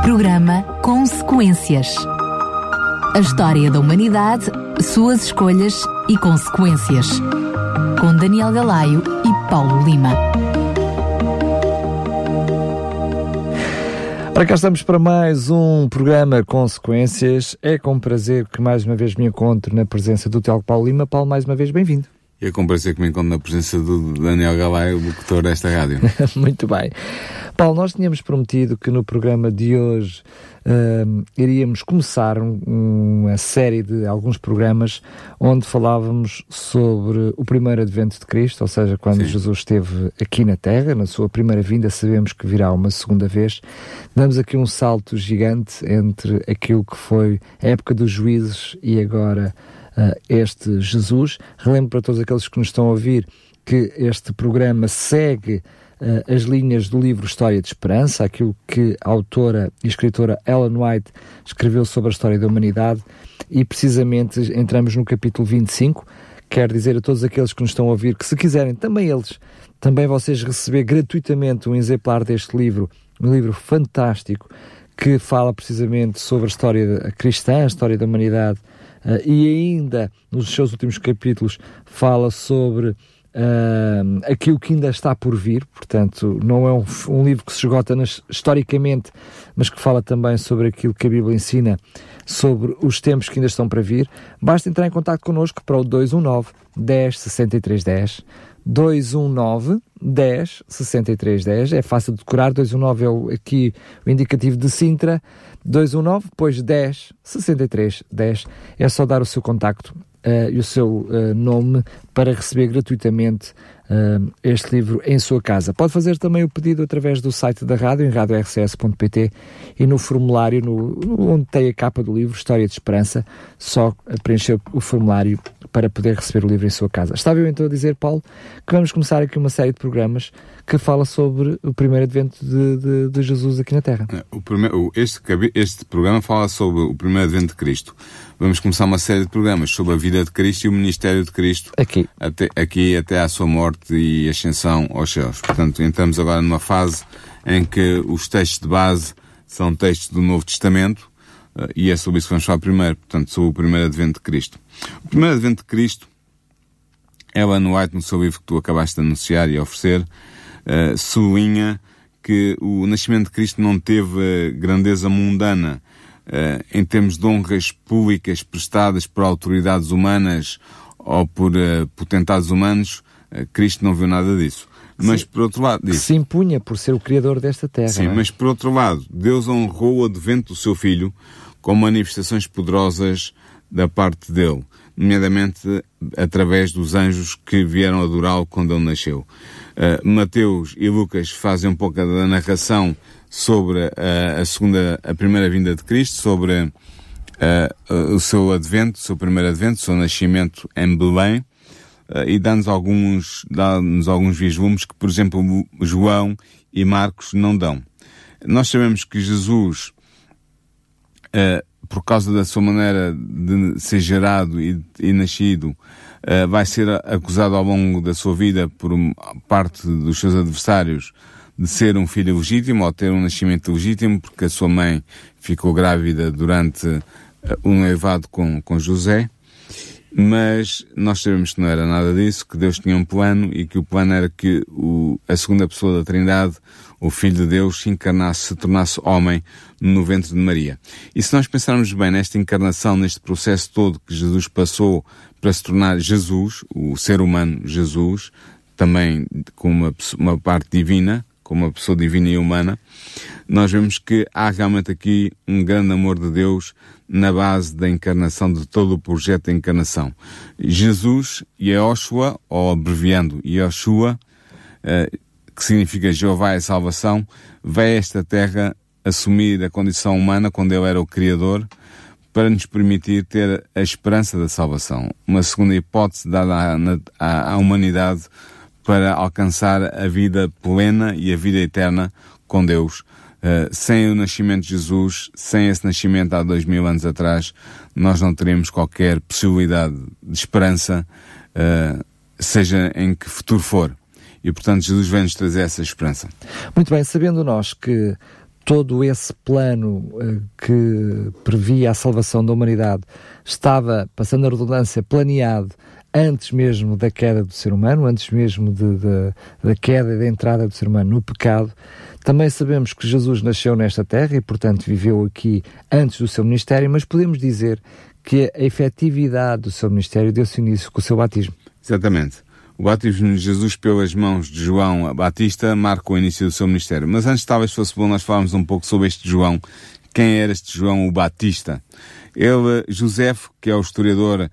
Programa Consequências. A história da humanidade, suas escolhas e consequências. Com Daniel Galaio e Paulo Lima. Ora, cá estamos para mais um programa Consequências. É com prazer que mais uma vez me encontro na presença do Telco Paulo Lima. Paulo, mais uma vez, bem-vindo. É com prazer que me encontro na presença do Daniel Galaio, locutor desta rádio. Muito bem. Paulo, nós tínhamos prometido que no programa de hoje iríamos começar uma série de alguns programas onde falávamos sobre o primeiro advento de Cristo, ou seja, quando Sim. Jesus esteve aqui na Terra, na sua primeira vinda. Sabemos que virá uma segunda vez. Damos aqui um salto gigante entre aquilo que foi a época dos juízes e agora este Jesus. Relembro para todos aqueles que nos estão a ouvir que este programa segue as linhas do livro História de Esperança, aquilo que a autora e escritora Ellen White escreveu sobre a história da humanidade, e precisamente entramos no capítulo 25. Quero dizer a todos aqueles que nos estão a ouvir que, se quiserem, também vocês receber gratuitamente um exemplar deste livro, um livro fantástico que fala precisamente sobre a história cristã, a história da humanidade, e ainda nos seus últimos capítulos fala sobre aquilo que ainda está por vir. Portanto, não é um livro que se esgota historicamente, mas que fala também sobre aquilo que a Bíblia ensina sobre os tempos que ainda estão para vir. Basta entrar em contato connosco para o 219 10 63 10, 219 10 63 10. É fácil de decorar. 219 é aqui o indicativo de Sintra, 219, depois 10 63 10. É só dar o seu contacto e o seu nome para receber gratuitamente este livro em sua casa. Pode fazer também o pedido através do site da rádio, em radiorcs.pt, e no formulário, onde tem a capa do livro História de Esperança, só preencher o formulário para poder receber o livro em sua casa. Estava eu então a dizer, Paulo, que vamos começar aqui uma série de programas que fala sobre o primeiro advento de Jesus aqui na Terra. Este programa fala sobre o primeiro advento de Cristo. Vamos começar uma série de programas sobre a vida de Cristo e o ministério de Cristo aqui até à sua morte e ascensão aos céus. Portanto, entramos agora numa fase em que os textos de base são textos do Novo Testamento, e é sobre isso que vamos falar primeiro, portanto, sobre o primeiro advento de Cristo. O primeiro advento de Cristo, Ellen White, no seu livro que tu acabaste de anunciar e oferecer, sublinha que o nascimento de Cristo não teve grandeza mundana, em termos de honras públicas prestadas por autoridades humanas ou por potentados humanos. Cristo não viu nada disso. Mas, Sim, por outro lado... se impunha por ser o Criador desta Terra. Sim, mas por outro lado, Deus honrou o advento do seu Filho com manifestações poderosas da parte dele, nomeadamente através dos anjos que vieram adorá-lo quando ele nasceu. Mateus e Lucas fazem um pouco da narração sobre a primeira vinda de Cristo, sobre o seu advento, o seu primeiro advento, o seu nascimento em Belém, e dá-nos alguns vislumbres que, por exemplo, João e Marcos não dão. Nós sabemos que Jesus, por causa da sua maneira de ser gerado e nascido, vai ser acusado ao longo da sua vida por parte dos seus adversários de ser um filho legítimo, ou ter um nascimento legítimo, porque a sua mãe ficou grávida durante o noivado com José. Mas nós sabemos que não era nada disso, que Deus tinha um plano, e que o plano era que a segunda pessoa da Trindade, o Filho de Deus, se encarnasse, se tornasse homem no ventre de Maria. E se nós pensarmos bem nesta encarnação, neste processo todo que Jesus passou para se tornar Jesus, o ser humano Jesus, também com uma parte divina, com uma pessoa divina e humana, nós vemos que há realmente aqui um grande amor de Deus na base da encarnação, de todo o projeto da encarnação. Jesus, Yehoshua, ou abreviando Yeshua, que significa Jeová é salvação, veio a esta terra assumir a condição humana quando ele era o Criador, para nos permitir ter a esperança da salvação. Uma segunda hipótese dada à humanidade para alcançar a vida plena e a vida eterna com Deus. Sem o nascimento de Jesus, sem esse nascimento há 2000 anos atrás, nós não teríamos qualquer possibilidade de esperança, seja em que futuro for. E, portanto, Jesus vem-nos trazer essa esperança. Muito bem, sabendo nós que todo esse plano que previa a salvação da humanidade estava, passando a redundância, planeado antes mesmo da queda do ser humano, antes mesmo da queda e da entrada do ser humano no pecado. Também sabemos que Jesus nasceu nesta terra e, portanto, viveu aqui antes do seu ministério, mas podemos dizer que a efetividade do seu ministério deu-se início com o seu batismo. Exatamente. O batismo de Jesus pelas mãos de João Batista marca o início do seu ministério. Mas antes, talvez fosse bom nós falarmos um pouco sobre este João. Quem era este João o Batista? Ele, Josefo, que é um historiador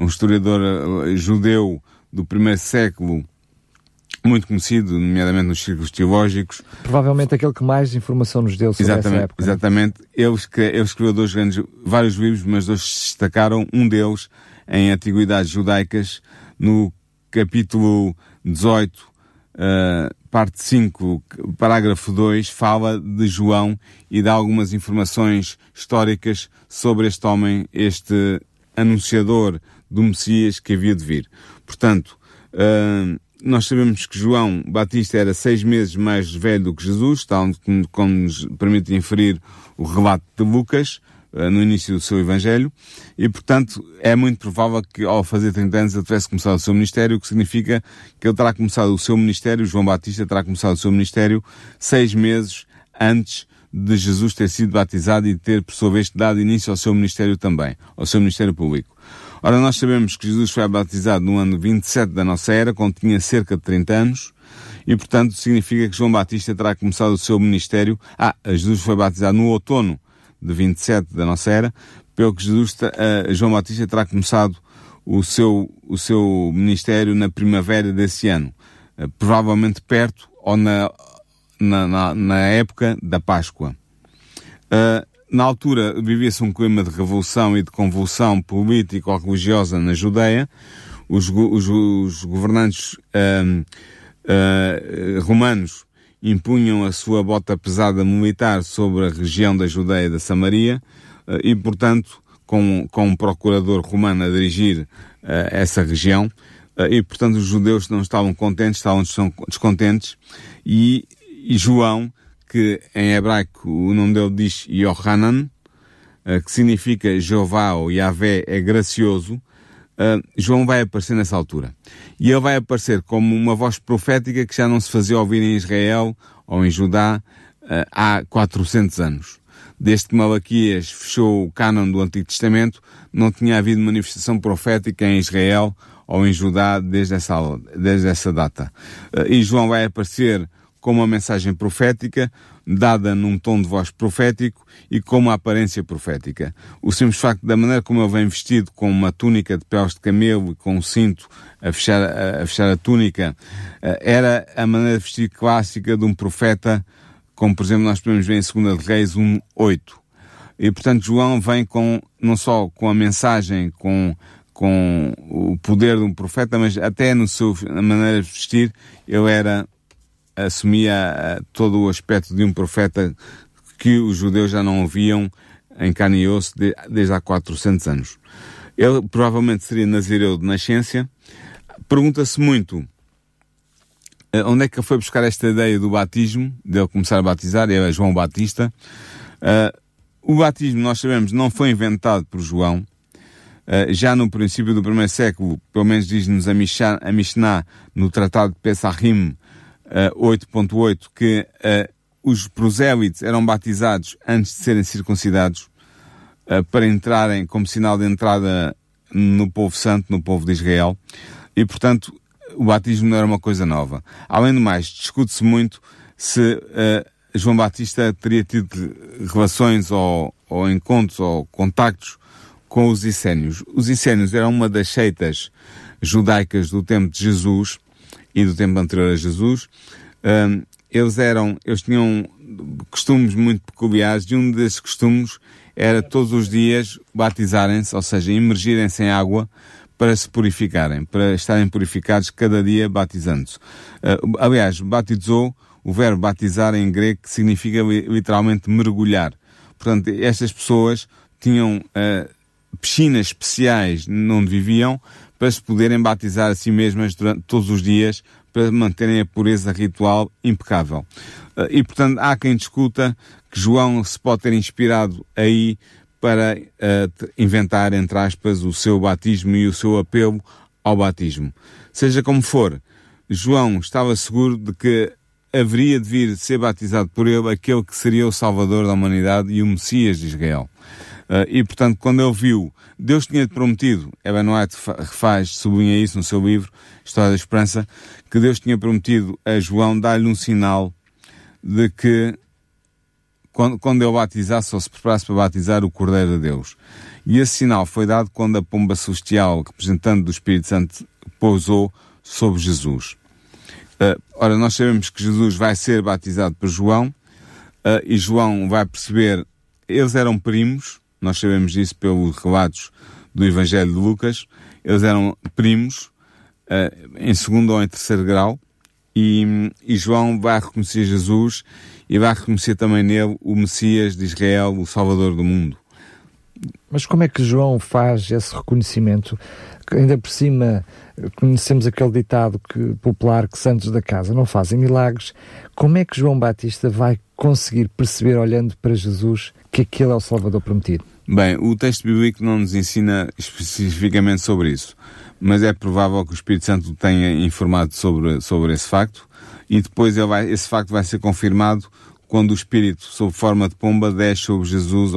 judeu do primeiro século, muito conhecido, nomeadamente nos círculos teológicos. Provavelmente aquele que mais informação nos deu sobre essa época. Exatamente. Ele escreveu vários livros, mas dois se destacaram. Um deles, em Antiguidades Judaicas, no capítulo 18, parte 5, parágrafo 2, fala de João e dá algumas informações históricas sobre este homem, este anunciador do Messias que havia de vir. Portanto, nós sabemos que João Batista era 6 meses mais velho do que Jesus, tal como nos permite inferir o relato de Lucas, no início do seu Evangelho, e, portanto, é muito provável que, ao fazer 30 anos, ele tivesse começado o seu ministério, o que significa que ele terá começado o seu ministério, João Batista terá começado o seu ministério 6 meses antes de Jesus ter sido batizado e ter, por sua vez, dado início ao seu ministério também, ao seu ministério público. Ora, nós sabemos que Jesus foi batizado no ano 27 da nossa era, quando tinha cerca de 30 anos, e, portanto, significa que João Batista terá começado o seu ministério. Jesus foi batizado no outono de 27 da nossa era, pelo que João Batista terá começado o seu ministério na primavera desse ano, provavelmente perto ou na época da Páscoa. Na altura vivia-se um clima de revolução e de convulsão político-religiosa na Judeia. Os governantes romanos impunham a sua bota pesada militar sobre a região da Judeia e da Samaria e, portanto, com um procurador romano a dirigir essa região, e, portanto, os judeus não estavam contentes, estavam descontentes, e João, que em hebraico o nome dele diz Yohanan, que significa Jeová ou Yahvé é gracioso, João vai aparecer nessa altura. E ele vai aparecer como uma voz profética que já não se fazia ouvir em Israel ou em Judá há 400 anos. Desde que Malaquias fechou o cânon do Antigo Testamento, não tinha havido manifestação profética em Israel ou em Judá desde essa data. E João vai aparecer com uma mensagem profética, dada num tom de voz profético e com uma aparência profética. O simples facto da maneira como ele vem vestido, com uma túnica de peles de camelo e com um cinto a fechar a túnica, era a maneira de vestir clássica de um profeta, como por exemplo nós podemos ver em 2 Reis 1:8. E portanto João vem não só com a mensagem, com o poder de um profeta, mas até na maneira de vestir, ele assumia todo o aspecto de um profeta que os judeus já não ouviam em carne e osso desde há 400 anos. Ele provavelmente seria nazireu de nascença. Pergunta-se muito onde é que ele foi buscar esta ideia do batismo, de ele começar a batizar. Ele é João Batista. O batismo, nós sabemos, não foi inventado por João. Já no princípio do primeiro século, pelo menos diz-nos a Mishnah, no Tratado de Pesachim 8.8, que os prosélites eram batizados antes de serem circuncidados, para entrarem como sinal de entrada no povo santo, no povo de Israel, e portanto o batismo não era uma coisa nova. Além do mais, discute-se muito se João Batista teria tido relações ou encontros ou contactos com os essénios. Os essénios eram uma das seitas judaicas do tempo de Jesus e do tempo anterior a Jesus. Eles tinham costumes muito peculiares, e um desses costumes era todos os dias batizarem-se, ou seja, imergirem-se em água para se purificarem, para estarem purificados cada dia batizando-se. Aliás, batizou, o verbo batizar em grego, que significa literalmente mergulhar. Portanto, estas pessoas tinham piscinas especiais onde viviam para se poderem batizar a si mesmas todos os dias para manterem a pureza ritual impecável. E, portanto, há quem discuta que João se pode ter inspirado aí para inventar, entre aspas, o seu batismo e o seu apelo ao batismo. Seja como for, João estava seguro de que haveria de vir ser batizado por ele aquele que seria o Salvador da humanidade e o Messias de Israel. E, portanto, quando ele viu, Deus tinha prometido, Ellen White sublinha isso no seu livro, História da Esperança, que Deus tinha prometido a João dar-lhe um sinal de que quando ele batizasse ou se preparasse para batizar o Cordeiro de Deus. E esse sinal foi dado quando a pomba celestial, representante do Espírito Santo, pousou sobre Jesus. Ora, nós sabemos que Jesus vai ser batizado por João, e João vai perceber, eles eram primos, nós sabemos disso pelos relatos do Evangelho de Lucas, eles eram primos, em segundo ou em terceiro grau, e João vai reconhecer Jesus e vai reconhecer também nele o Messias de Israel, o Salvador do mundo. Mas como é que João faz esse reconhecimento? Ainda por cima, conhecemos aquele ditado popular que santos da casa não fazem milagres. Como é que João Batista vai conseguir perceber, olhando para Jesus, que aquele é o Salvador prometido? Bem, o texto bíblico não nos ensina especificamente sobre isso, mas é provável que o Espírito Santo tenha informado sobre esse facto, e depois esse facto vai ser confirmado quando o Espírito, sob forma de pomba, desce sobre Jesus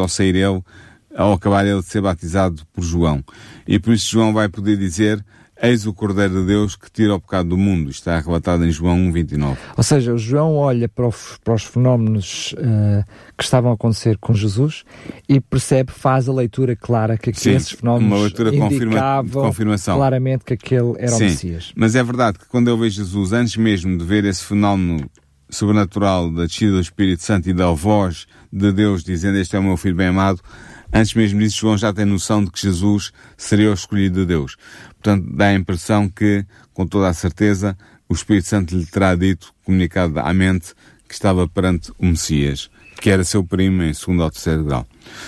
ao acabar ele de ser batizado por João. E por isso João vai poder dizer: eis o Cordeiro de Deus que tira o pecado do mundo. Está relatado em João 1:29. Ou seja, o João olha para os fenómenos que estavam a acontecer com Jesus e percebe, faz a leitura clara que esses fenómenos uma leitura indicavam confirmação. Claramente que aquele era o Messias. Mas é verdade que quando eu vejo Jesus, antes mesmo de ver esse fenómeno sobrenatural da descida do Espírito Santo e da voz de Deus dizendo: este é o meu filho bem amado, antes mesmo disso, João já tem noção de que Jesus seria o escolhido de Deus. Portanto, dá a impressão que, com toda a certeza, o Espírito Santo lhe terá dito, comunicado à mente, que estava perante o Messias, que era seu primo em segundo ou terceiro grau.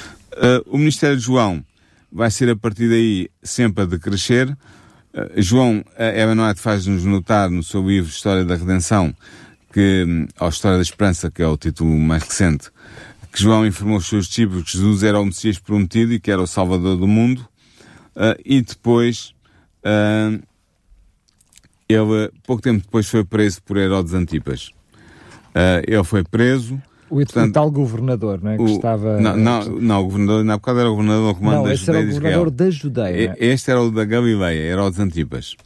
O ministério de João vai ser, a partir daí, sempre a decrescer. João, Ellen White faz-nos notar no seu livro História da Redenção, ou História da Esperança, que é o título mais recente, que João informou os seus discípulos que Jesus era o Messias prometido e que era o Salvador do mundo, e depois, ele, pouco tempo depois, foi preso por Herodes Antipas. Ele foi preso. O tal governador, não é? Que estava... Não, o governador, na época era o governador romano da Judeia. Esse era o governador da Judeia. Este era o da Galileia, Herodes Antipas.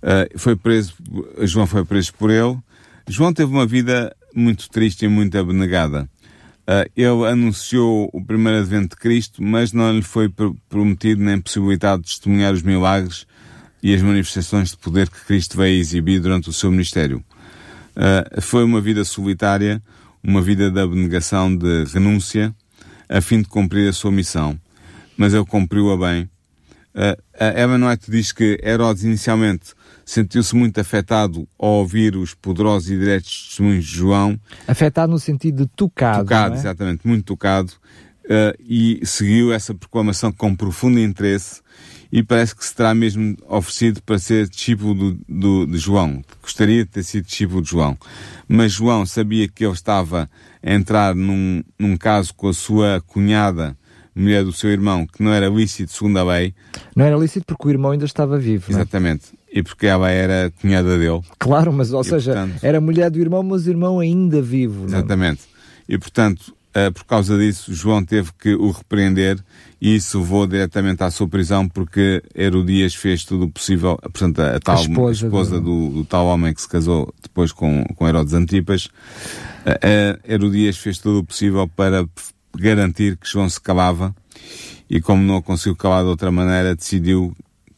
João foi preso por ele. João teve uma vida muito triste e muito abnegada. Ele anunciou o primeiro advento de Cristo, mas não lhe foi prometido nem possibilitado de testemunhar os milagres e as manifestações de poder que Cristo veio exibir durante o seu ministério. Foi uma vida solitária, uma vida de abnegação, de renúncia, a fim de cumprir a sua missão. Mas ele cumpriu-a bem. A Ellen White diz que Herodes inicialmente sentiu-se muito afetado ao ouvir os poderosos e diretos testemunhos de João. Afetado no sentido de tocado. Tocado, não é? Exatamente, muito tocado. E seguiu essa proclamação com profundo interesse e parece que se terá mesmo oferecido para ser discípulo de João. Gostaria de ter sido discípulo de João. Mas João sabia que ele estava a entrar num caso com a sua cunhada, mulher do seu irmão, que não era lícito segundo a lei. Não era lícito porque o irmão ainda estava vivo. Exatamente. Não é? E porque ela era cunhada dele. Claro, mas, ou seja, portanto, era mulher do irmão, mas o irmão ainda vivo. Exatamente. Não? E, portanto, por causa disso, João teve que o repreender e isso levou diretamente à sua prisão porque Herodias fez tudo o possível, portanto, a esposa do tal homem que se casou depois com Herodes Antipas, Herodias fez tudo o possível para garantir que João se calava e, como não conseguiu calar de outra maneira, decidiu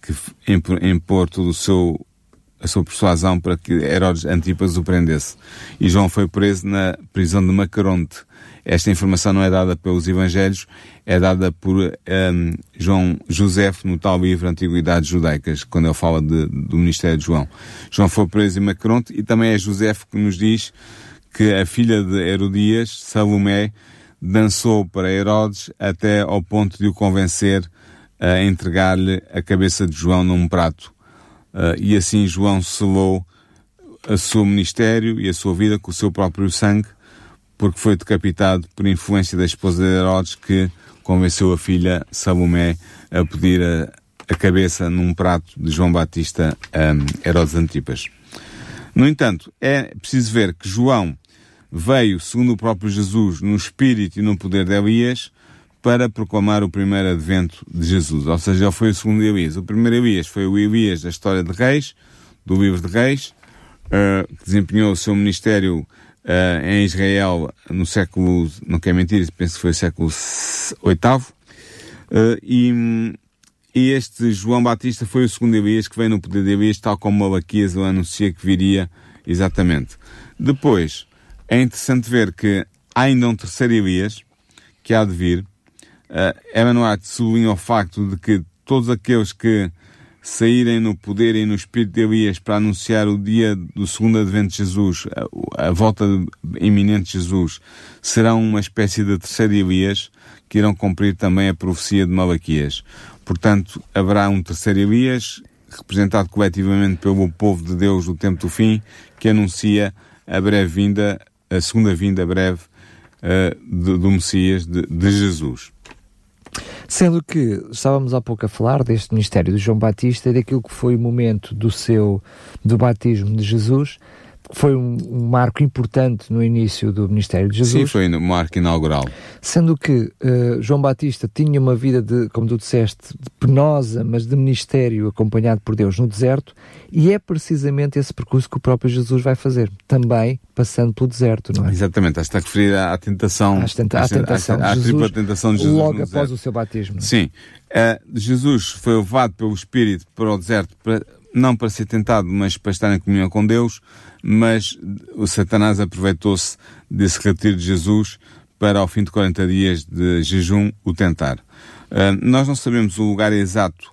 impor toda a sua persuasão para que Herodes Antipas o prendesse. E João foi preso na prisão de Macaronte. Esta informação não é dada pelos Evangelhos, é dada por João José no tal livro Antiguidades Judaicas, quando ele fala do ministério de João. João foi preso em Macaronte e também é José que nos diz que a filha de Herodias, Salomé, dançou para Herodes até ao ponto de o convencer a entregar-lhe a cabeça de João num prato. E assim João selou o seu ministério e a sua vida com o seu próprio sangue, porque foi decapitado por influência da esposa de Herodes, que convenceu a filha Salomé a pedir a cabeça num prato de João Batista a Herodes Antipas. No entanto, é preciso ver que João veio, segundo o próprio Jesus, no espírito e no poder de Elias, para proclamar o primeiro advento de Jesus. Ou seja, ele foi o segundo Elias. O primeiro Elias foi o Elias da história de Reis, do livro de Reis, que desempenhou o seu ministério em Israel no século, não quero mentir, penso que foi o século VIII, e este João Batista foi o segundo Elias, que veio no poder de Elias, tal como Malaquias o anuncia que viria exatamente. Depois, é interessante ver que há ainda um terceiro Elias, que há de vir. Ellen White sublinha o facto de que todos aqueles que saírem no poder e no espírito de Elias para anunciar o dia do segundo advento de Jesus, a volta iminente de Jesus, serão uma espécie de terceiro Elias, que irão cumprir também a profecia de Malaquias. Portanto, haverá um terceiro Elias, representado coletivamente pelo povo de Deus do tempo do fim, que anuncia a breve vinda, a segunda vinda breve do Messias, de Jesus. Sendo que estávamos há pouco a falar deste ministério de João Batista e daquilo que foi o momento do batismo de Jesus, foi um marco importante no início do ministério de Jesus. Sim, foi um marco inaugural. Sendo que João Batista tinha uma vida como tu disseste, penosa, mas de ministério acompanhado por Deus no deserto, e é precisamente esse percurso que o próprio Jesus vai fazer, também passando pelo deserto, não é? Exatamente, está a referir à tentação, à tripla tentação de Jesus logo após o seu batismo. Não é? Sim, Jesus foi levado pelo Espírito para o deserto, não para ser tentado, mas para estar em comunhão com Deus, mas o Satanás aproveitou-se desse retiro de Jesus para, ao fim de 40 dias de jejum, o tentar. Nós não sabemos o lugar exato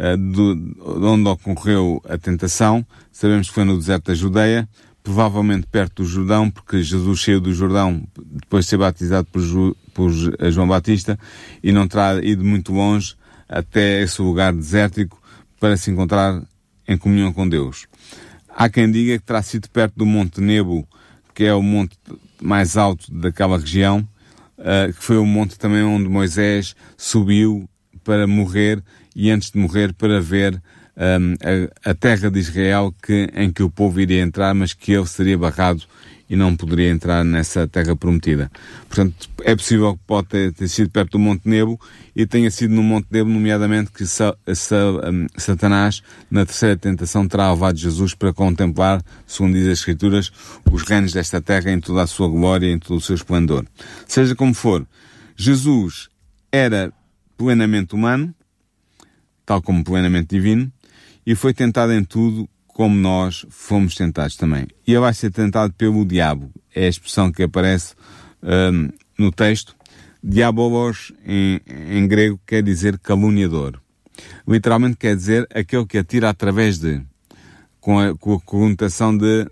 de onde ocorreu a tentação. Sabemos que foi no deserto da Judeia, provavelmente perto do Jordão, porque Jesus saiu do Jordão depois de ser batizado por João Batista e não terá ido muito longe até esse lugar desértico para se encontrar em comunhão com Deus. Há quem diga que terá sido perto do Monte Nebo, que é o monte mais alto daquela região, que foi o monte também onde Moisés subiu para morrer e antes de morrer para ver a terra de Israel em que o povo iria entrar, mas que ele seria barrado e não poderia entrar nessa terra prometida. Portanto, é possível que pode ter sido perto do Monte Nebo e tenha sido no Monte Nebo, nomeadamente, que Satanás, na terceira tentação, terá levado Jesus para contemplar, segundo diz as Escrituras, os reinos desta terra em toda a sua glória e em todo o seu esplendor. Seja como for, Jesus era plenamente humano, tal como plenamente divino, e foi tentado em tudo como nós fomos tentados também. E ele vai ser tentado pelo diabo. É a expressão que aparece no texto. Diabolos, em grego, quer dizer caluniador. Literalmente quer dizer aquele que atira através de, com a conotação de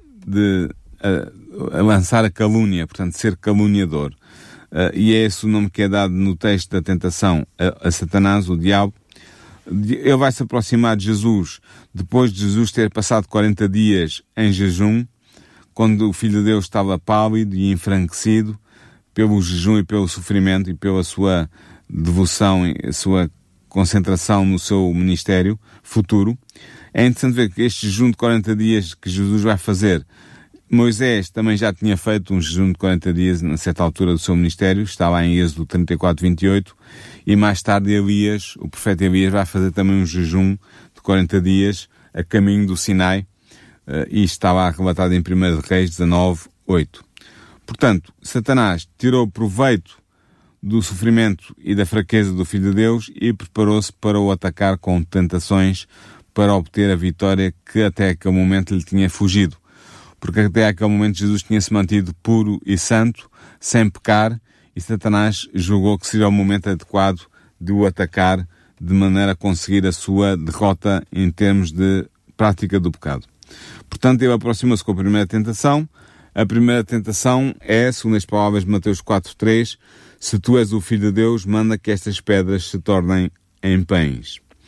lançar a calúnia, portanto, ser caluniador. E é esse o nome que é dado no texto da tentação a Satanás, o diabo. Ele vai se aproximar de Jesus depois de Jesus ter passado 40 dias em jejum, quando o Filho de Deus estava pálido e enfranquecido pelo jejum e pelo sofrimento e pela sua devoção e a sua concentração no seu ministério futuro. É interessante ver que este jejum de 40 dias que Jesus vai fazer, Moisés também já tinha feito um jejum de 40 dias na certa altura do seu ministério, está lá em Êxodo 34, 28, e mais tarde Elias, o profeta Elias, vai fazer também um jejum de 40 dias a caminho do Sinai, e está lá relatado em 1 Reis 19, 8. Portanto, Satanás tirou proveito do sofrimento e da fraqueza do Filho de Deus e preparou-se para o atacar com tentações para obter a vitória que até aquele momento lhe tinha fugido. Porque até aquele momento Jesus tinha-se mantido puro e santo, sem pecar, e Satanás julgou que seria o momento adequado de o atacar de maneira a conseguir a sua derrota em termos de prática do pecado. Portanto, ele aproxima-se com a primeira tentação. A primeira tentação é, segundo as palavras de Mateus 4:3, se tu és o Filho de Deus, manda que estas pedras se tornem em pães.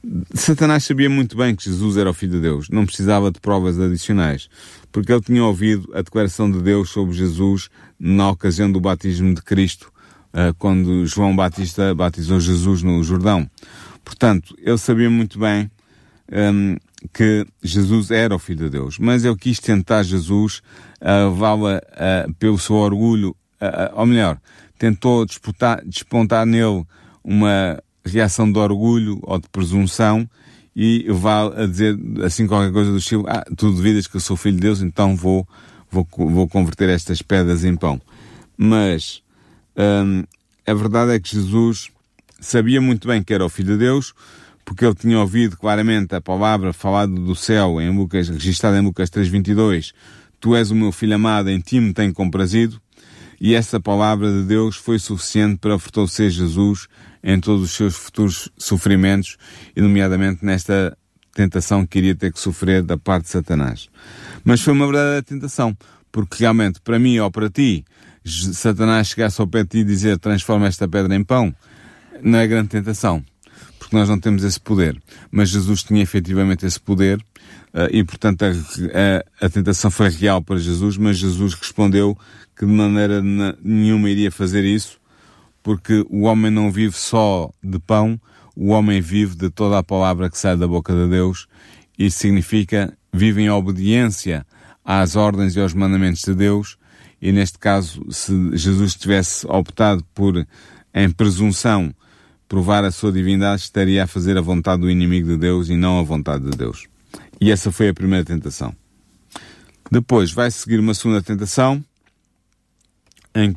Satanás sabia muito bem que Jesus era o Filho de Deus, não precisava de provas adicionais, porque ele tinha ouvido a declaração de Deus sobre Jesus na ocasião do batismo de Cristo, quando João Batista batizou Jesus no Jordão. Portanto, ele sabia muito bem que Jesus era o Filho de Deus, mas ele quis tentar Jesus, levá-lo pelo seu orgulho, ou melhor, tentou despontar nele uma reação de orgulho ou de presunção e levá-lo a dizer assim qualquer coisa do estilo: tu duvidas que eu sou Filho de Deus, então vou converter estas pedras em pão. Mas a verdade é que Jesus sabia muito bem que era o Filho de Deus, porque ele tinha ouvido claramente a palavra falada do céu, registada em Lucas 3:22, tu és o meu Filho amado, em ti me tenho comprazido, e essa palavra de Deus foi suficiente para fortalecer Jesus em todos os seus futuros sofrimentos, e nomeadamente nesta tentação que iria ter que sofrer da parte de Satanás. Mas foi uma verdadeira tentação, porque realmente, para mim ou para ti, Satanás chegasse ao pé de ti e dizer transforma esta pedra em pão, não é grande tentação, porque nós não temos esse poder. Mas Jesus tinha efetivamente esse poder, e portanto a tentação foi real para Jesus, mas Jesus respondeu que de maneira nenhuma iria fazer isso, porque o homem não vive só de pão, o homem vive de toda a palavra que sai da boca de Deus. Isso significa vive em obediência às ordens e aos mandamentos de Deus, e neste caso, se Jesus tivesse optado por, em presunção, provar a sua divindade, estaria a fazer a vontade do inimigo de Deus e não a vontade de Deus. E essa foi a primeira tentação. Depois vai seguir uma segunda tentação, em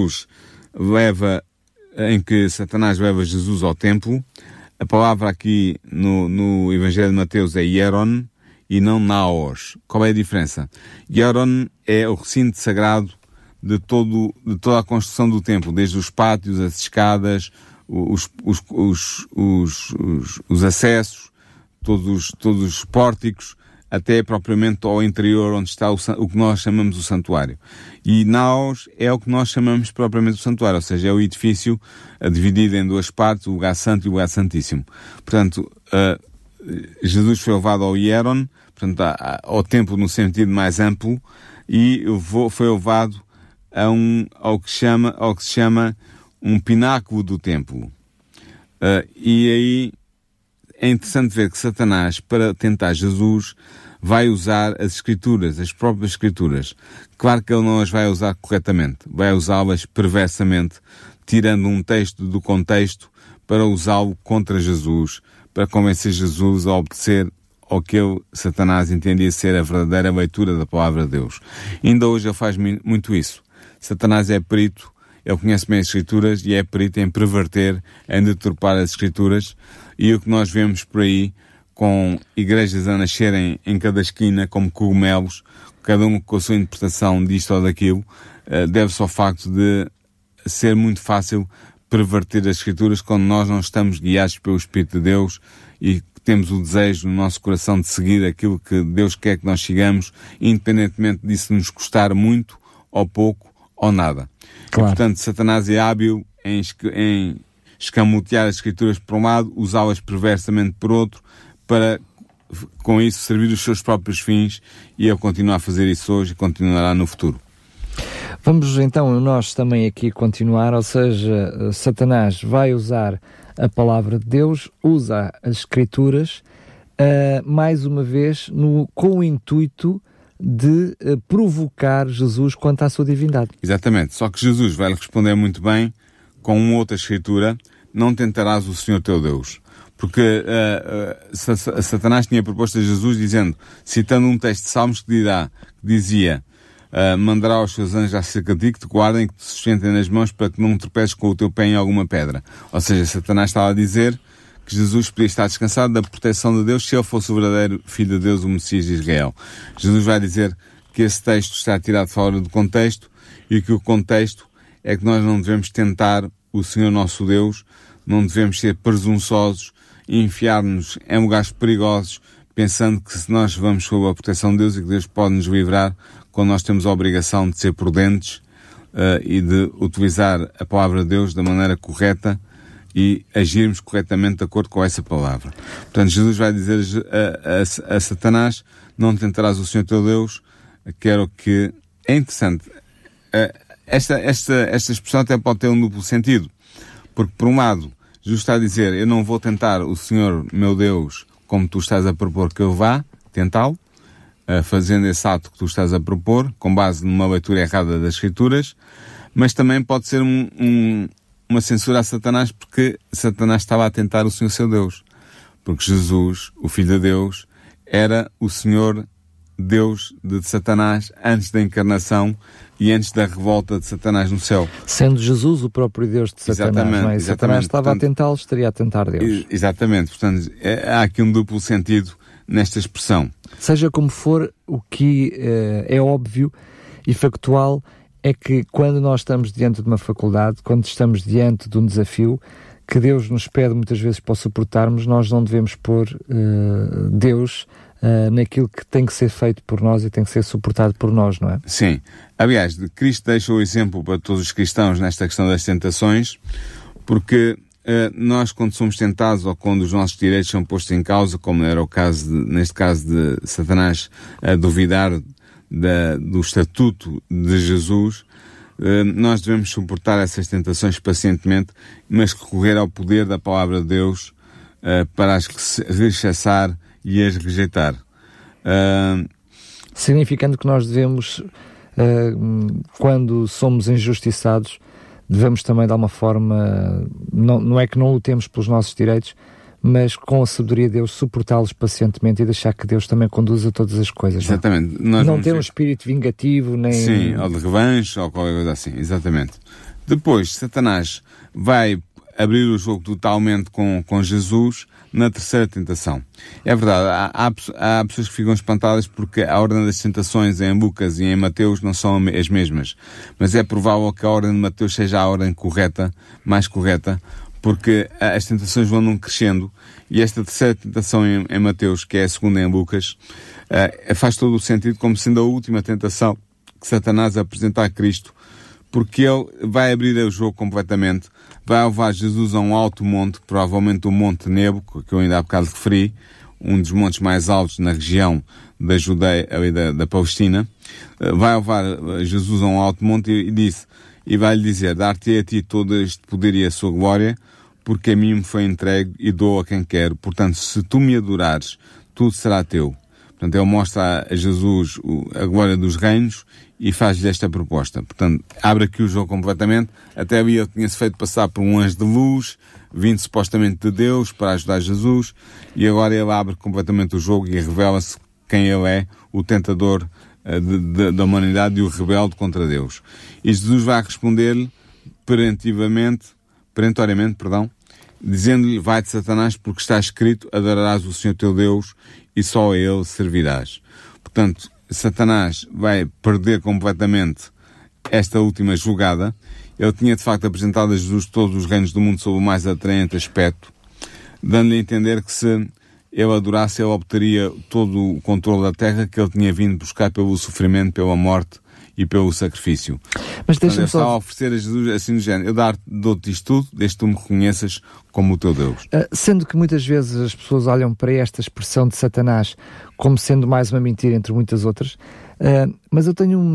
que Satanás leva Jesus ao templo. A palavra aqui no Evangelho de Mateus é hieron e não naos. Qual é a diferença? Hieron é o recinto sagrado de toda a construção do templo, desde os pátios, as escadas, os acessos, todos os pórticos, até propriamente ao interior onde está o que nós chamamos o santuário. E naos é o que nós chamamos propriamente o santuário, ou seja, é o edifício dividido em duas partes, o lugar santo e o lugar santíssimo. Portanto, Jesus foi levado ao hieron, portanto, ao templo no sentido mais amplo, e foi levado ao que se chama um pináculo do templo. E aí é interessante ver que Satanás, para tentar Jesus, vai usar as Escrituras, as próprias Escrituras. Claro que ele não as vai usar corretamente, vai usá-las perversamente, tirando um texto do contexto para usá-lo contra Jesus, para convencer Jesus a obedecer ao que Satanás entendia ser a verdadeira leitura da palavra de Deus. Ainda hoje ele faz muito isso. Satanás é perito, ele conhece bem as Escrituras e é perito em perverter, em deturpar as Escrituras, e o que nós vemos por aí, com igrejas a nascerem em cada esquina como cogumelos, cada um com a sua interpretação disto ou daquilo, deve-se ao facto de ser muito fácil perverter as Escrituras quando nós não estamos guiados pelo Espírito de Deus e temos o desejo no nosso coração de seguir aquilo que Deus quer que nós sigamos, independentemente disso nos custar muito ou pouco ou nada. Claro. E, portanto, Satanás é hábil em escamotear as Escrituras por um lado, usá-las perversamente por outro, para, com isso, servir os seus próprios fins, e ele continua a fazer isso hoje e continuará no futuro. Vamos então nós também aqui continuar, ou seja, Satanás vai usar a palavra de Deus, usa as Escrituras, mais uma vez com o intuito de provocar Jesus quanto à sua divindade. Exatamente, só que Jesus vai lhe responder muito bem com uma outra Escritura: não tentarás o Senhor teu Deus. Porque Satanás tinha proposto a Jesus dizendo, citando um texto de Salmos que dizia mandará aos seus anjos acerca de ti, que te guardem, que te sustentem nas mãos, para que não tropeces com o teu pé em alguma pedra. Ou seja, Satanás estava a dizer que Jesus podia estar descansado da proteção de Deus se ele fosse o verdadeiro Filho de Deus, o Messias de Israel. Jesus vai dizer que esse texto está tirado fora do contexto, e que o contexto é que nós não devemos tentar o Senhor nosso Deus, não devemos ser presunçosos e enfiar-nos em lugares perigosos, pensando que se nós vamos sob a proteção de Deus e que Deus pode nos livrar, quando nós temos a obrigação de ser prudentes e de utilizar a palavra de Deus da maneira correta e agirmos corretamente de acordo com essa palavra. Portanto, Jesus vai dizer a Satanás: não tentarás o Senhor teu Deus. Quero que... É interessante. Esta expressão até pode ter um duplo sentido. Porque, por um lado, Jesus está a dizer: eu não vou tentar o Senhor meu Deus como tu estás a propor que eu vá tentá-lo, fazendo esse ato que tu estás a propor, com base numa leitura errada das Escrituras, mas também pode ser uma censura a Satanás, porque Satanás estava a tentar o Senhor seu Deus. Porque Jesus, o Filho de Deus, era o Senhor Deus de Satanás antes da encarnação e antes da revolta de Satanás no céu. Sendo Jesus o próprio Deus de Satanás, não é? Satanás estava, portanto, a tentá-lo, estaria a tentar Deus. Exatamente. Portanto, há aqui um duplo sentido nesta expressão. Seja como for, o que é óbvio e factual é que quando nós estamos diante de uma faculdade, quando estamos diante de um desafio que Deus nos pede muitas vezes para suportarmos, nós não devemos pôr Deus naquilo que tem que ser feito por nós e tem que ser suportado por nós, não é? Sim. Aliás, Cristo deixa o exemplo para todos os cristãos nesta questão das tentações, porque nós, quando somos tentados ou quando os nossos direitos são postos em causa, como era o caso, neste caso de Satanás duvidar do estatuto de Jesus, nós devemos suportar essas tentações pacientemente, mas recorrer ao poder da palavra de Deus para as rechaçar e as rejeitar. Significando que nós devemos, quando somos injustiçados, devemos também, de alguma forma, não é que não lutemos pelos nossos direitos, mas com a sabedoria de Deus suportá-los pacientemente e deixar que Deus também conduza todas as coisas. Exatamente. Não ter um espírito vingativo, nem... Sim, ou de revanche, ou qualquer coisa assim. Exatamente. Depois, Satanás vai abrir o jogo totalmente com Jesus na terceira tentação. É verdade, há pessoas que ficam espantadas porque a ordem das tentações em Lucas e em Mateus não são as mesmas. Mas é provável que a ordem de Mateus seja a ordem correta, mais correta, porque as tentações vão crescendo, e esta terceira tentação em Mateus, que é a segunda em Lucas, faz todo o sentido como sendo a última tentação que Satanás apresenta a Cristo, porque ele vai abrir o jogo completamente, vai levar Jesus a um alto monte, provavelmente o Monte Nebo, que eu ainda há bocado referi, um dos montes mais altos na região da Judeia, ali da Palestina, vai levar Jesus a um alto monte e vai-lhe dizer: dar-te a ti todo este poder e a sua glória, porque a mim me foi entregue e dou a quem quero. Portanto, se tu me adorares, tudo será teu. Portanto, ele mostra a Jesus a glória dos reinos e faz-lhe esta proposta. Portanto, abre aqui o jogo completamente. Até ali ele tinha-se feito passar por um anjo de luz, vindo supostamente de Deus para ajudar Jesus, e agora ele abre completamente o jogo e revela-se quem ele é, o tentador da humanidade e o rebelde contra Deus. E Jesus vai responder-lhe perentoriamente, dizendo-lhe: vai-te, Satanás, porque está escrito: adorarás o Senhor teu Deus e só a Ele servirás. Portanto, Satanás vai perder completamente esta última jogada. Ele tinha de facto apresentado a Jesus todos os reinos do mundo sob o mais atraente aspecto, dando-lhe a entender que se ele adorasse, ele obteria todo o controle da terra que ele tinha vindo buscar pelo sofrimento, pela morte e pelo sacrifício. Mas deixa-me só a oferecer a Jesus assim do género: eu dou-te isto tudo, desde que tu me reconheças como o teu Deus. Sendo que muitas vezes as pessoas olham para esta expressão de Satanás como sendo mais uma mentira entre muitas outras, mas eu tenho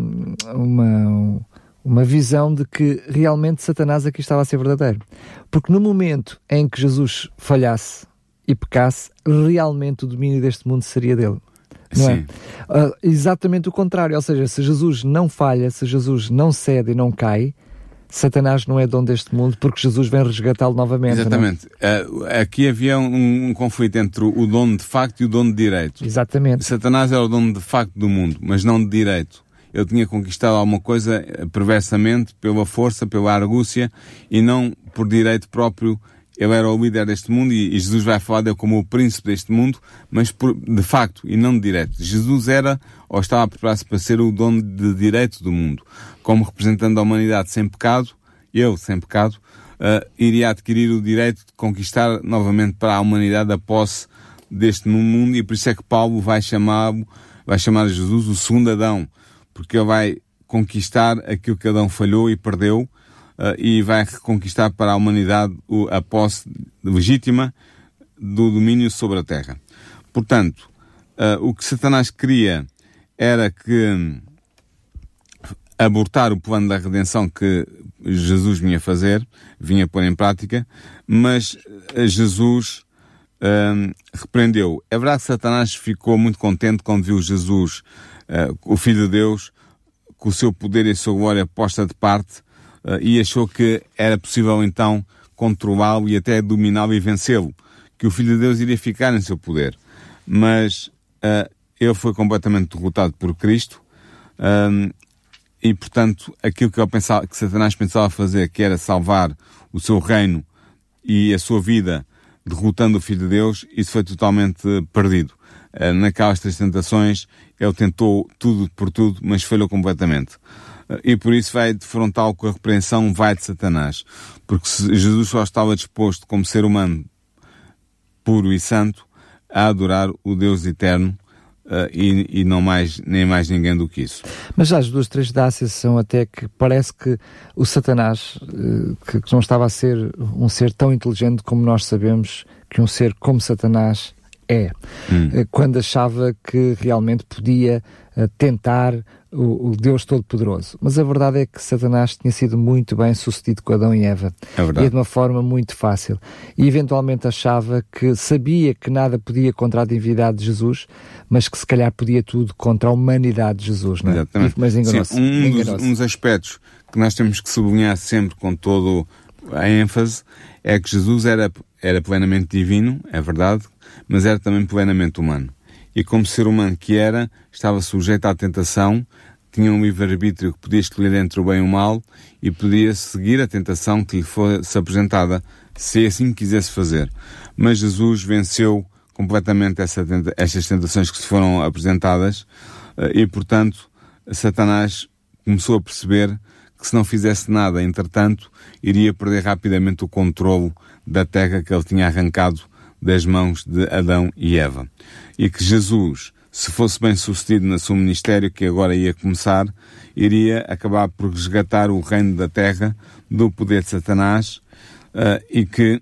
uma visão de que realmente Satanás aqui estava a ser verdadeiro. Porque no momento em que Jesus falhasse e pecasse, realmente o domínio deste mundo seria dele. Não Sim. É? Exatamente o contrário, ou seja, se Jesus não falha, se Jesus não cede e não cai, Satanás não é dono deste mundo, porque Jesus vem resgatá-lo novamente. Exatamente. Aqui havia um conflito entre o dono de facto e o dono de direito. Exatamente. Satanás era o dono de facto do mundo, mas não de direito. Ele tinha conquistado alguma coisa perversamente, pela força, pela argúcia, e não por direito próprio. Ele era o líder deste mundo e Jesus vai falar dele como o príncipe deste mundo, mas de facto e não de direito. Jesus era, ou estava a preparar-se para ser, o dono de direito do mundo. Como representante da humanidade sem pecado, ele sem pecado, iria adquirir o direito de conquistar novamente para a humanidade a posse deste mundo, e por isso é que Paulo vai chamar a Jesus o segundo Adão, porque ele vai conquistar aquilo que Adão falhou e perdeu, e vai reconquistar para a humanidade a posse legítima do domínio sobre a terra. Portanto, o que Satanás queria era que abortar o plano da redenção que Jesus vinha pôr em prática, mas Jesus repreendeu. É verdade que Satanás ficou muito contente quando viu Jesus, o Filho de Deus, com o seu poder e a sua glória posta de parte, e achou que era possível então controlá-lo e até dominá-lo e vencê-lo, que o Filho de Deus iria ficar em seu poder. Mas ele foi completamente derrotado por Cristo, e portanto aquilo que Satanás pensava fazer, que era salvar o seu reino e a sua vida derrotando o Filho de Deus, isso foi totalmente perdido. Naquelas 3 tentações ele tentou tudo por tudo, mas falhou completamente. E por isso vai de frontal com a repreensão, vai de Satanás. Porque Jesus só estava disposto, como ser humano puro e santo, a adorar o Deus eterno, e não mais, nem mais ninguém do que isso. Mas já as 2 três dá a sensação até que parece que o Satanás, que não estava a ser um ser tão inteligente como nós sabemos que um ser como Satanás é, quando achava que realmente podia tentar o Deus Todo-Poderoso. Mas a verdade é que Satanás tinha sido muito bem sucedido com Adão e Eva. É verdade. E de uma forma muito fácil. E eventualmente achava que sabia que nada podia contra a divindade de Jesus, mas que se calhar podia tudo contra a humanidade de Jesus, não é? Exatamente. Mas enganou-se. Um dos aspectos que nós temos que sublinhar sempre com toda a ênfase é que Jesus era plenamente divino, é verdade, mas era também plenamente humano. E como ser humano que era, estava sujeito à tentação, tinha um livre-arbítrio que podia escolher entre o bem e o mal e podia seguir a tentação que lhe fosse apresentada, se assim quisesse fazer. Mas Jesus venceu completamente estas tentações que se foram apresentadas, e, portanto, Satanás começou a perceber que se não fizesse nada, entretanto, iria perder rapidamente o controle da terra que ele tinha arrancado das mãos de Adão e Eva. E que Jesus, se fosse bem sucedido no seu ministério, que agora ia começar, iria acabar por resgatar o reino da terra do poder de Satanás, e que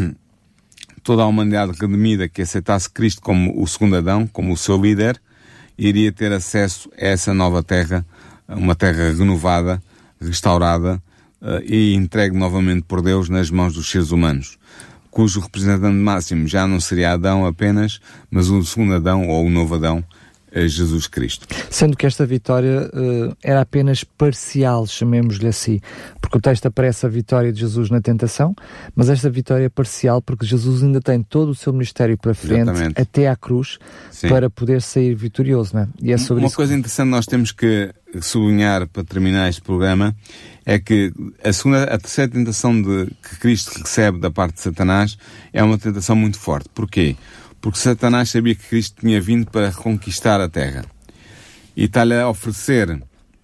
toda a humanidade redimida que aceitasse Cristo como o segundo Adão, como o seu líder, iria ter acesso a essa nova terra, uma terra renovada, restaurada, e entregue novamente por Deus nas mãos dos seres humanos, cujo representante máximo já não seria Adão apenas, mas o segundo Adão, ou o novo Adão, Jesus Cristo. Sendo que esta vitória era apenas parcial, chamemos-lhe assim, porque o texto aparece a vitória de Jesus na tentação, mas esta vitória é parcial porque Jesus ainda tem todo o seu ministério para frente, exatamente, até à cruz, sim, para poder sair vitorioso, não é? E é sobre uma isso coisa interessante nós temos que sublinhar para terminar este programa é que a terceira tentação que Cristo recebe da parte de Satanás é uma tentação muito forte. Porquê? Porque Satanás sabia que Cristo tinha vindo para reconquistar a terra. E está-lhe a oferecer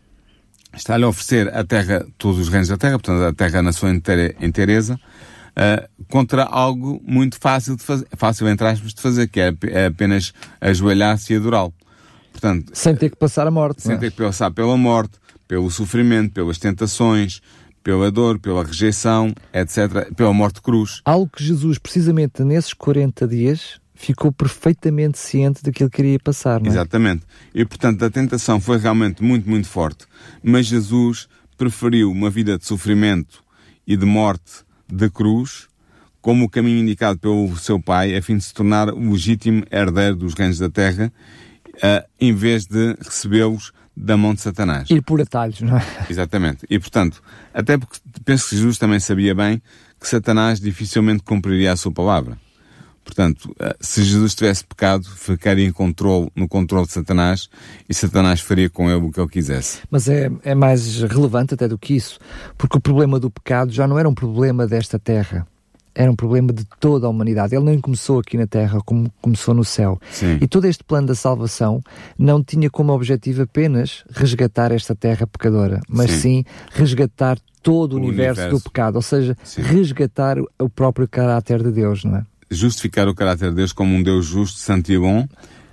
a terra, todos os reinos da terra, portanto a terra na sua inteireza, contra algo muito fácil de fazer, fácil entre aspas de fazer, que é apenas ajoelhar-se e adorá-lo. Portanto, sem ter que passar a morte. Sem ter que passar pela morte, pelo sofrimento, pelas tentações, pela dor, pela rejeição, etc., pela morte de cruz. Algo que Jesus, precisamente nesses 40 dias, ficou perfeitamente ciente daquilo que iria passar, não é? Exatamente. E, portanto, a tentação foi realmente muito, muito forte. Mas Jesus preferiu uma vida de sofrimento e de morte de cruz como o caminho indicado pelo seu Pai, a fim de se tornar o legítimo herdeiro dos reinos da terra, em vez de recebê-los da mão de Satanás. Ir por atalhos, não é? Exatamente. E, portanto, até porque penso que Jesus também sabia bem que Satanás dificilmente cumpriria a sua palavra. Portanto, se Jesus tivesse pecado, ficaria no controle de Satanás, e Satanás faria com ele o que ele quisesse. Mas é mais relevante até do que isso, porque o problema do pecado já não era um problema desta terra. Era um problema de toda a humanidade. Ele não começou aqui na Terra como começou no céu. Sim. E todo este plano da salvação não tinha como objetivo apenas resgatar esta terra pecadora, mas sim resgatar todo o universo do pecado, ou seja, sim, resgatar o próprio caráter de Deus, não é? justificar o caráter de Deus como um Deus justo, santo e bom,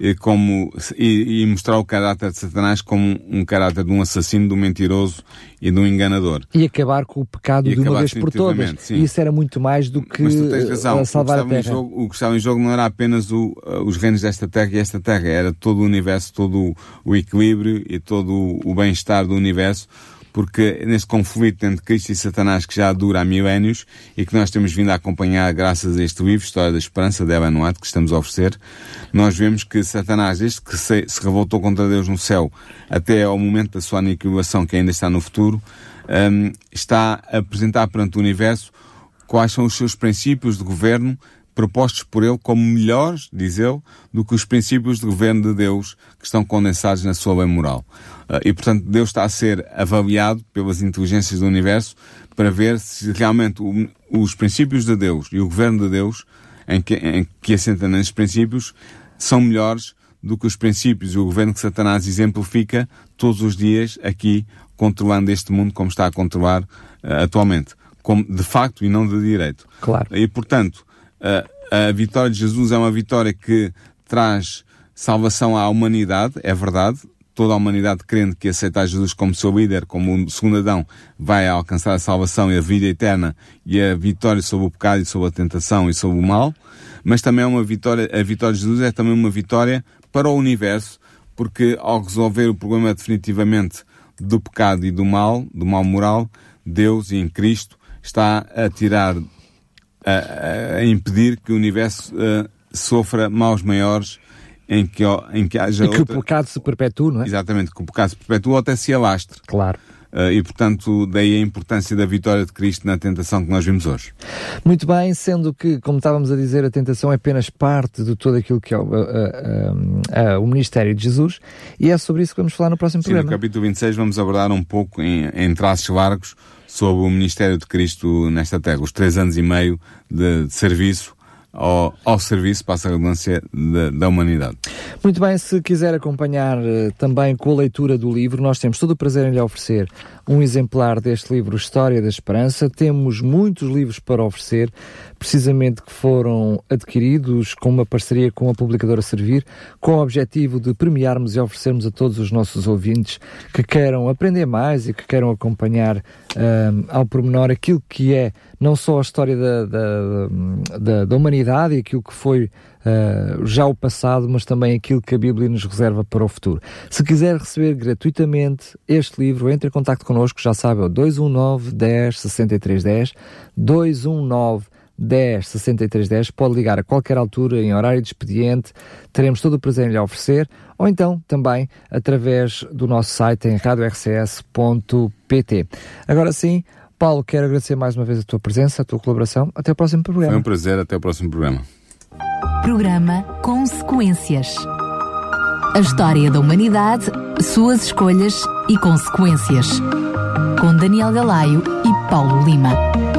e mostrar o caráter de Satanás como um caráter de um assassino, de um mentiroso e de um enganador. E acabar com o pecado de uma vez por todas. Sim. E isso era muito mais do que salvar a Terra. O que estava em jogo não era apenas os reinos desta Terra e esta Terra, era todo o universo, todo o equilíbrio e todo o bem-estar do universo, porque neste conflito entre Cristo e Satanás, que já dura há milénios e que nós temos vindo a acompanhar graças a este livro, História da Esperança, de Ellen White, que estamos a oferecer, nós vemos que Satanás, desde que se revoltou contra Deus no céu até ao momento da sua aniquilação, que ainda está no futuro, está a apresentar perante o universo quais são os seus princípios de governo propostos por ele como melhores, diz ele, do que os princípios de governo de Deus que estão condensados na sua lei moral. E, portanto, Deus está a ser avaliado pelas inteligências do universo para ver se realmente os princípios de Deus e o governo de Deus, em que assenta nesses princípios, são melhores do que os princípios e o governo que Satanás exemplifica todos os dias aqui, controlando este mundo como está a controlar atualmente. Como de facto e não de direito. Claro. E, portanto, a vitória de Jesus é uma vitória que traz salvação à humanidade, é verdade. Toda a humanidade crendo que aceitar Jesus como seu líder, como o segundo Adão, vai alcançar a salvação e a vida eterna e a vitória sobre o pecado e sobre a tentação e sobre o mal. Mas também é uma vitória, a vitória de Jesus é também uma vitória para o universo, porque ao resolver o problema definitivamente do pecado e do mal moral, Deus, em Cristo, está a tirar, a impedir que o universo sofra maus maiores em que haja e que o pecado se perpetue, não é? Exatamente, que o pecado se perpetue ou até se alastre. Claro. E, portanto, daí a importância da vitória de Cristo na tentação que nós vimos hoje. Muito bem, sendo que, como estávamos a dizer, a tentação é apenas parte de tudo aquilo que é o ministério de Jesus, e é sobre isso que vamos falar no próximo programa. No capítulo 26 vamos abordar um pouco, em traços largos, sobre o ministério de Cristo nesta terra, os 3 anos e meio de serviço, ao serviço, passa a redundância, da humanidade. Muito bem, se quiser acompanhar também com a leitura do livro, nós temos todo o prazer em lhe oferecer um exemplar deste livro, História da Esperança. Temos muitos livros para oferecer, precisamente que foram adquiridos com uma parceria com a publicadora Servir, com o objetivo de premiarmos e oferecermos a todos os nossos ouvintes que queiram aprender mais e que queiram acompanhar ao pormenor aquilo que é não só a história da humanidade e aquilo que foi já o passado, mas também aquilo que a Bíblia nos reserva para o futuro. Se quiser receber gratuitamente este livro, entre em contacto connosco, já sabe, é o 219 10 63 10, 219 10 63 10, pode ligar a qualquer altura, em horário de expediente, teremos todo o prazer em lhe oferecer, ou então também através do nosso site em radiorcs.pt. Agora sim, Paulo, quero agradecer mais uma vez a tua presença, a tua colaboração. Até o próximo programa. Foi um prazer, até o próximo programa. Programa Consequências. A história da humanidade, suas escolhas e consequências. Com Daniel Galaio e Paulo Lima.